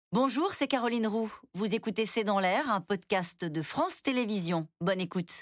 Bonjour, c'est Caroline Roux. Vous écoutez C'est dans l'air, un podcast de France Télévisions. Bonne écoute.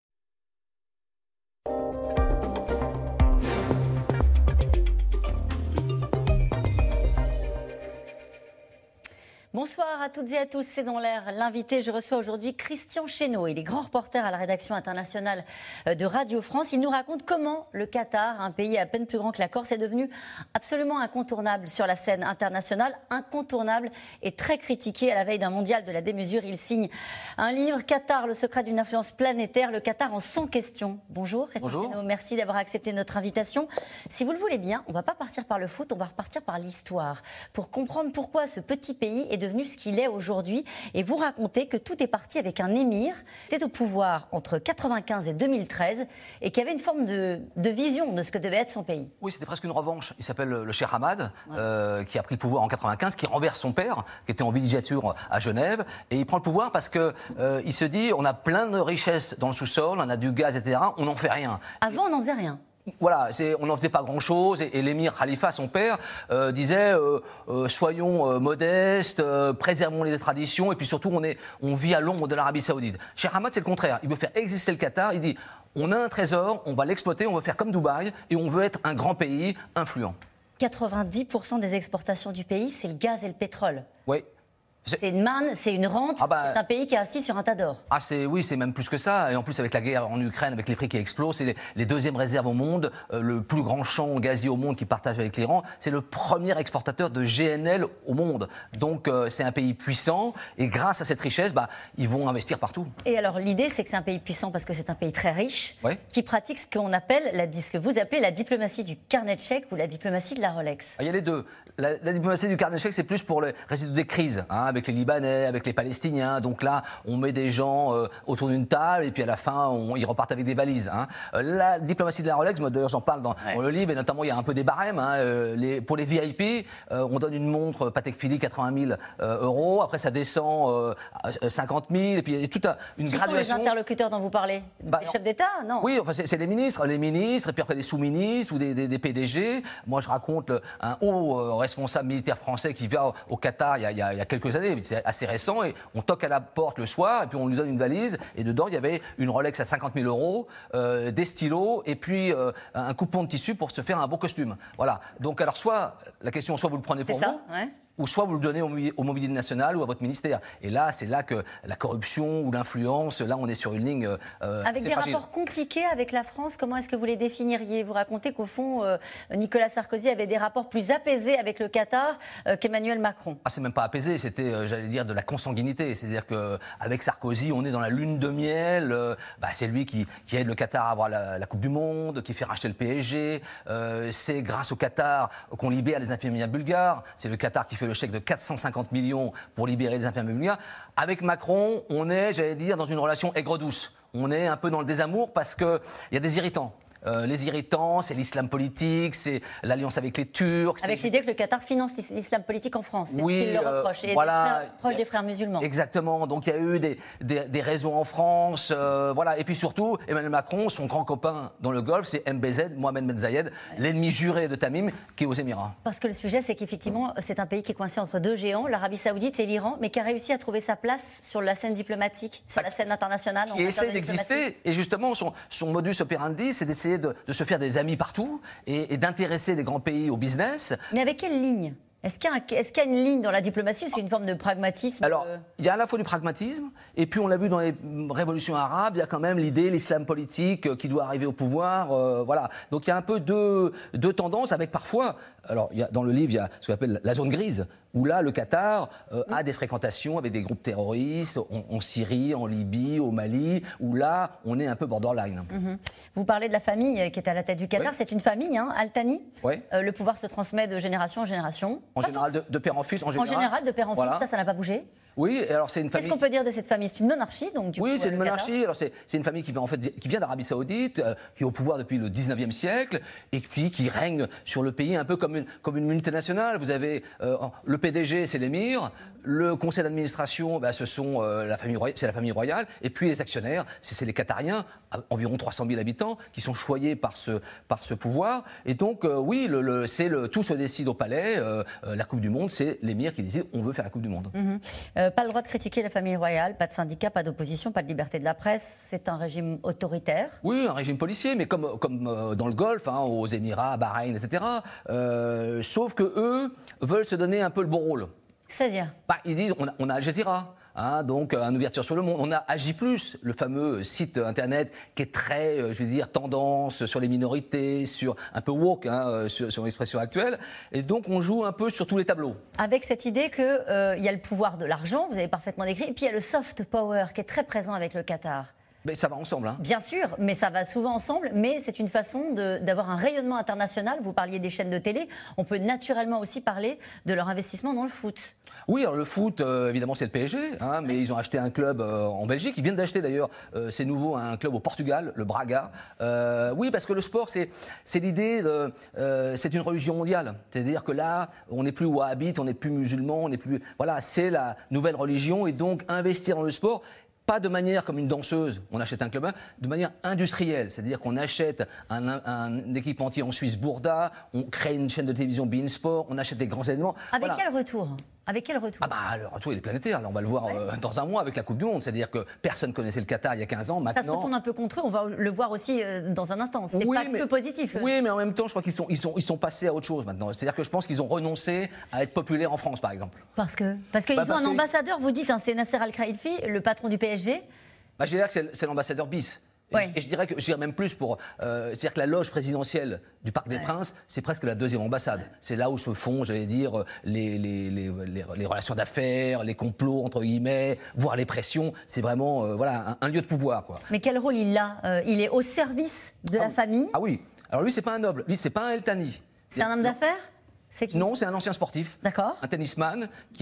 Bonsoir à toutes et à tous, c'est dans l'air. L'invité, je reçois aujourd'hui Christian Chesneau. Il est grand reporter à la rédaction internationale de Radio France. Il nous raconte comment le Qatar, un pays à peine plus grand que la Corse, est devenu absolument incontournable sur la scène internationale. Incontournable et très critiqué à la veille d'un mondial de la démesure. Il signe un livre, Qatar, le secret d'une influence planétaire. Le Qatar en 100 questions. Bonjour Christian Chesneau, merci d'avoir accepté notre invitation. Si vous le voulez bien, on ne va pas partir par le foot, on va repartir par l'histoire. Pour comprendre pourquoi ce petit pays est devenu ce qu'il est aujourd'hui, et vous racontez que tout est parti avec un émir qui était au pouvoir entre 1995 et 2013 et qui avait une forme de vision de ce que devait être son pays. Oui, c'était presque une revanche. Il s'appelle le Cheikh Hamad, qui a pris le pouvoir en 1995, qui renverse son père, qui était en villégiature à Genève, et il prend le pouvoir parce que il se dit on a plein de richesses dans le sous-sol, on a du gaz, etc. On n'en fait rien. Avant, on n'en faisait rien. Voilà, on n'en faisait pas grand-chose et l'émir Khalifa, son père, disait soyons modestes, préservons les traditions et puis surtout on vit à l'ombre de l'Arabie Saoudite. Cheikh Hamad, c'est le contraire. Il veut faire exister le Qatar. Il dit on a un trésor, on va l'exploiter, on veut faire comme Dubaï et on veut être un grand pays influent. 90% des exportations du pays, c'est le gaz et le pétrole. Oui. C'est une manne, c'est une rente, c'est un pays qui est assis sur un tas d'or. Oui, c'est même plus que ça. Et en plus, avec la guerre en Ukraine, avec les prix qui explosent, c'est les deuxièmes réserves au monde, le plus grand champ gazier au monde qu'il partage avec l'Iran. C'est le premier exportateur de GNL au monde. Donc, c'est un pays puissant. Et grâce à cette richesse, ils vont investir partout. Et alors, l'idée, c'est que c'est un pays puissant parce que c'est un pays très riche, qui pratique ce que vous appelez la diplomatie du carnet de chèques ou la diplomatie de la Rolex. Il y a les deux. La diplomatie du carnet de chèques, c'est plus pour les résidus des crises, avec les Libanais, avec les Palestiniens. Donc là, on met des gens autour d'une table et puis à la fin, ils repartent avec des valises. La diplomatie de la Rolex, moi d'ailleurs j'en parle dans le livre, et notamment il y a un peu des barèmes. Pour les VIP, on donne une montre Patek Philippe 80 000 €. Après, ça descend à 50 000. Et puis il y a toute une graduation. Qui sont les interlocuteurs dont vous parlez? Des chefs d'État, non? Oui, enfin, c'est les ministres, et puis après des sous-ministres ou des PDG. Moi, je raconte un haut responsable militaire français qui vient au Qatar il y a quelques années. C'est assez récent, et on toque à la porte le soir et puis on lui donne une valise et dedans il y avait une Rolex à 50 000 €, des stylos et puis un coupon de tissu pour se faire un beau costume. Voilà. Donc alors soit vous le prenez pour vous. Ouais. Ou soit vous le donnez au mobilier national ou à votre ministère. Et là, c'est là que la corruption ou l'influence, là, on est sur une ligne avec des fragile. Rapports compliqués avec la France, comment est-ce que vous les définiriez? Vous racontez qu'au fond, Nicolas Sarkozy avait des rapports plus apaisés avec le Qatar qu'Emmanuel Macron. C'est même pas apaisé, c'était, j'allais dire, de la consanguinité. C'est-à-dire qu'avec Sarkozy, on est dans la lune de miel. C'est lui qui aide le Qatar à avoir la Coupe du Monde, qui fait racheter le PSG. C'est grâce au Qatar qu'on libère les infirmières bulgares. C'est le Qatar qui fait le chèque de 450 millions pour libérer les infirmières bulgares. Avec Macron, on est, j'allais dire, dans une relation aigre-douce. On est un peu dans le désamour parce qu'il y a des irritants. Les irritants, c'est l'islam politique, c'est l'alliance avec les Turcs. Avec l'idée que le Qatar finance l'islam politique en France, c'est ce qu'il leur reproche. Et proche des frères musulmans. Exactement, donc il y a eu des réseaux en France, voilà. Et puis surtout, Emmanuel Macron, son grand copain dans le Golfe, c'est MBZ, Mohamed Ben Zayed, l'ennemi juré de Tamim, qui est aux Émirats. Parce que le sujet, c'est qu'effectivement, c'est un pays qui est coincé entre deux géants, l'Arabie Saoudite et l'Iran, mais qui a réussi à trouver sa place sur la scène diplomatique, sur la scène internationale. Qui essaie d'exister, et justement, son modus operandi, c'est d'essayer de se faire des amis partout et d'intéresser les grands pays au business. Mais avec quelle ligne ? Est-ce qu'il y a une ligne dans la diplomatie ou c'est une forme de pragmatisme? Alors, il y a à la fois du pragmatisme, et puis on l'a vu dans les révolutions arabes, il y a quand même l'idée, l'islam politique qui doit arriver au pouvoir, voilà. Donc il y a un peu deux tendances avec parfois, alors dans le livre, il y a ce qu'on appelle la zone grise, où là, le Qatar a des fréquentations avec des groupes terroristes en Syrie, en Libye, au Mali, où là, on est un peu borderline. Vous parlez de la famille qui est à la tête du Qatar, c'est une famille, Al Thani. Le pouvoir se transmet de génération en génération. En général, de père en fils, en général, de père en fils, ça n'a pas bougé. Oui, alors c'est une famille. Qu'est-ce qu'on peut dire de cette famille? C'est une monarchie, donc du coup. Oui, c'est une monarchie. Alors c'est une famille qui vient d'Arabie Saoudite, qui est au pouvoir depuis le 19e siècle, et puis qui règne sur le pays un peu comme une multinationale. Vous avez le PDG, c'est l'émir, le conseil d'administration, c'est la famille royale, et puis les actionnaires, c'est les Qatariens, environ 300 000 habitants, qui sont choyés par ce pouvoir. Et donc oui, tout se décide au palais. la Coupe du Monde, c'est l'émir qui décide on veut faire la Coupe du Monde. Pas le droit de critiquer la famille royale, pas de syndicat, pas d'opposition, pas de liberté de la presse. C'est un régime autoritaire. Oui, un régime policier, mais comme dans le Golfe, hein, aux Émirats, à Bahreïn, etc. Sauf que eux veulent se donner un peu le bon rôle. C'est-à-dire Ils disent on a Al Jazeera. Hein, donc, une ouverture sur le monde. On a Agi+, le fameux site internet qui est très, je vais dire, tendance sur les minorités, sur un peu woke, hein, sur l'expression actuelle. Et donc, on joue un peu sur tous les tableaux. Avec cette idée qu'il y a le pouvoir de l'argent, vous avez parfaitement décrit, et puis il y a le soft power qui est très présent avec le Qatar. Mais ça va ensemble. Hein. Bien sûr, mais ça va souvent ensemble. Mais c'est une façon d'avoir un rayonnement international. Vous parliez des chaînes de télé. On peut naturellement aussi parler de leur investissement dans le foot. Oui, alors le foot, évidemment, c'est le PSG. Hein, mais ils ont acheté un club en Belgique. Ils viennent d'acheter d'ailleurs, c'est nouveau, un club au Portugal, le Braga. Oui, parce que le sport, c'est l'idée, c'est une religion mondiale. C'est-à-dire que là, on n'est plus wahhabite, on n'est plus musulman, on n'est plus. Voilà, c'est la nouvelle religion. Et donc, investir dans le sport. Pas de manière comme une danseuse, on achète un club, de manière industrielle. C'est-à-dire qu'on achète un équipementier en Suisse, Bourda, on crée une chaîne de télévision beIN Sport, on achète des grands événements. Avec quel retour ? Avec quel retour ? Le retour il est planétaire. Là, on va le voir dans un mois avec la Coupe du Monde. C'est-à-dire que personne ne connaissait le Qatar il y a 15 ans. Maintenant, ça se retourne un peu contre eux. On va le voir aussi dans un instant. C'est pas que positif. Oui, mais en même temps, je crois qu'ils sont passés à autre chose maintenant. C'est-à-dire que je pense qu'ils ont renoncé à être populaires en France, par exemple. Parce qu'ils ont un ambassadeur. Vous dites, c'est Nasser Al-Khelaifi, le patron du PSG. Je dirais que c'est l'ambassadeur bis. Ouais. Et je dirais même plus c'est-à-dire que la loge présidentielle du Parc des Princes, c'est presque la deuxième ambassade. C'est là où se font, j'allais dire, les relations d'affaires, les complots, entre guillemets, voire les pressions. C'est vraiment un lieu de pouvoir, quoi. Mais quel rôle il a Il est au service de la famille. Ah oui. Alors lui, c'est pas un noble. Lui, c'est pas un El Thani. C'est un homme d'affaires ? Non, c'est un ancien sportif. D'accord. Un tennisman qui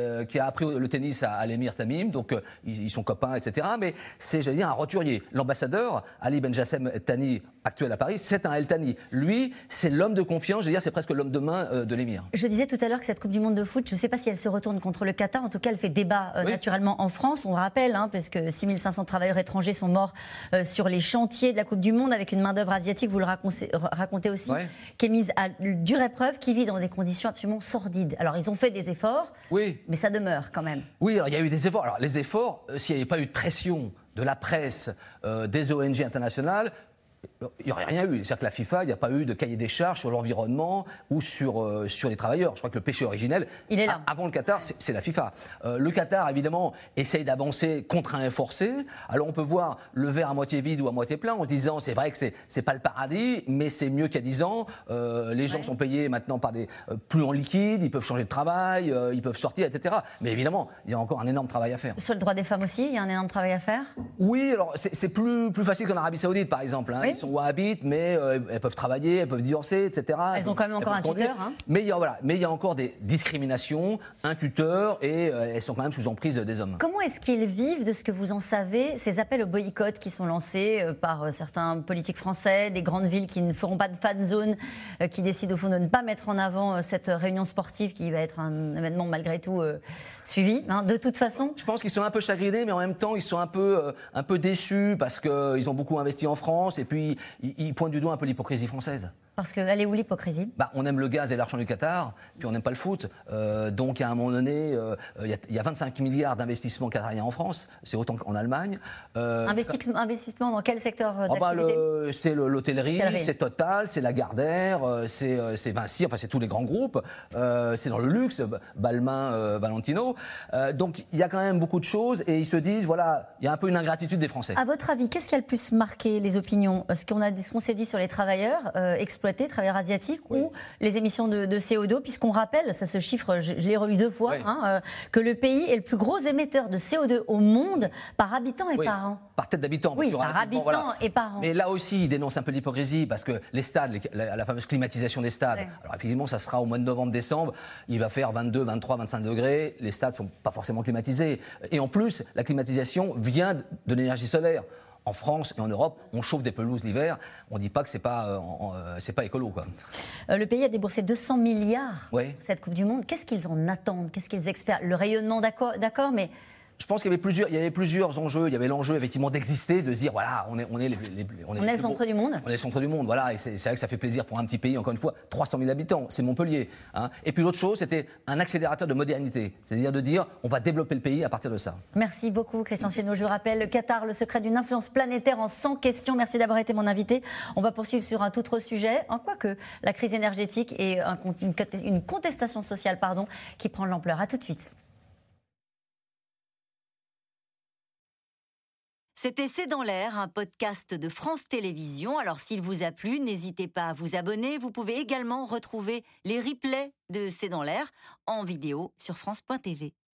a appris le tennis à l'émir Tamim, donc ils sont copains, etc. Mais c'est, j'allais dire, un roturier. L'ambassadeur, Ali Benjassem Thani, actuel à Paris, c'est un El Thani. Lui, c'est l'homme de confiance, j'allais dire, c'est presque l'homme de main de l'émir. Je disais tout à l'heure que cette Coupe du Monde de foot, je ne sais pas si elle se retourne contre le Qatar, en tout cas elle fait débat naturellement en France. On rappelle, parce que 6500 travailleurs étrangers sont morts sur les chantiers de la Coupe du Monde avec une main-d'œuvre asiatique, vous le racontez aussi, qui est mise à dure épreuve, qui vit dans des conditions absolument sordides. Alors ils ont fait des efforts, mais ça demeure quand même. Oui, alors il y a eu des efforts. Alors les efforts, s'il n'y avait pas eu de pression de la presse, des ONG internationales, il n'y aurait rien eu. C'est-à-dire que la FIFA, il n'y a pas eu de cahier des charges sur l'environnement ou sur les travailleurs. Je crois que le péché originel, il est là. Avant le Qatar, c'est la FIFA. Le Qatar, évidemment, essaye d'avancer contraint et forcé. Alors on peut voir le verre à moitié vide ou à moitié plein en se disant c'est vrai que c'est pas le paradis, mais c'est mieux qu'il y a 10 ans. Les gens sont payés maintenant par plus en liquide, ils peuvent changer de travail, ils peuvent sortir, etc. Mais évidemment, il y a encore un énorme travail à faire. Sur le droit des femmes aussi, il y a un énorme travail à faire. Oui, alors c'est plus facile qu'en Arabie Saoudite, par exemple. Ils sont wahhabites, mais elles peuvent travailler, elles peuvent divorcer, etc. Elles ont quand même encore un tuteur. Mais il y a encore des discriminations, un tuteur, et elles sont quand même sous emprise des hommes. Comment est-ce qu'ils vivent, de ce que vous en savez, ces appels au boycott qui sont lancés par certains politiques français, des grandes villes qui ne feront pas de fan zone, qui décident au fond de ne pas mettre en avant cette réunion sportive qui va être un événement malgré tout suivi, de toute façon? Je pense qu'ils sont un peu chagrinés, mais en même temps, ils sont un peu déçus parce qu'ils ont beaucoup investi en France et puis ils pointent du doigt un peu l'hypocrisie française. Parce qu'elle est où l'hypocrisie ? On aime le gaz et l'argent du Qatar, puis on n'aime pas le foot. Donc à un moment donné, il y a 25 milliards d'investissements qatariens en France, c'est autant qu'en Allemagne. Investissement dans quel secteur d'activité ? C'est l'hôtellerie, c'est Total, c'est Lagardère, c'est Vinci, enfin c'est tous les grands groupes. C'est dans le luxe, Balmain, Valentino. Donc il y a quand même beaucoup de choses et ils se disent, voilà, il y a un peu une ingratitude des Français. À votre avis, qu'est-ce qui a le plus marqué les opinions ? Ce qu'on s'est dit sur les travailleurs exploités, travailleurs asiatiques, ou les émissions de CO2, puisqu'on rappelle, ça se chiffre, je l'ai relu 2 fois, que le pays est le plus gros émetteur de CO2 au monde par habitant et par an. Par tête d'habitant. Oui, par habitant et par an. Mais là aussi, ils dénoncent un peu l'hypocrisie, parce que les stades, la fameuse climatisation des stades, alors effectivement, ça sera au mois de novembre-décembre, il va faire 22, 23, 25 degrés, les stades ne sont pas forcément climatisés. Et en plus, la climatisation vient de l'énergie solaire. En France et en Europe, on chauffe des pelouses l'hiver. On ne dit pas que c'est pas écolo, quoi. Le pays a déboursé 200 milliards pour cette Coupe du Monde. Qu'est-ce qu'ils en attendent ? Qu'est-ce qu'ils espèrent ? Le rayonnement, d'accord, mais Je pense qu'il y avait plusieurs enjeux. Il y avait l'enjeu effectivement d'exister, de se dire voilà, on est le centre du monde. On est le centre du monde, voilà. Et c'est vrai que ça fait plaisir pour un petit pays, encore une fois, 300 000 habitants, c'est Montpellier. Hein. Et puis l'autre chose, c'était un accélérateur de modernité. C'est-à-dire de dire on va développer le pays à partir de ça. Merci beaucoup Christian Chesneau. Je rappelle, le Qatar, le secret d'une influence planétaire en 100 questions. Merci d'avoir été mon invité. On va poursuivre sur un tout autre sujet, quoique la crise énergétique et une contestation sociale qui prend de l'ampleur. À tout de suite. C'était C'est dans l'air, un podcast de France Télévisions. Alors s'il vous a plu, n'hésitez pas à vous abonner. Vous pouvez également retrouver les replays de C'est dans l'air en vidéo sur France.tv.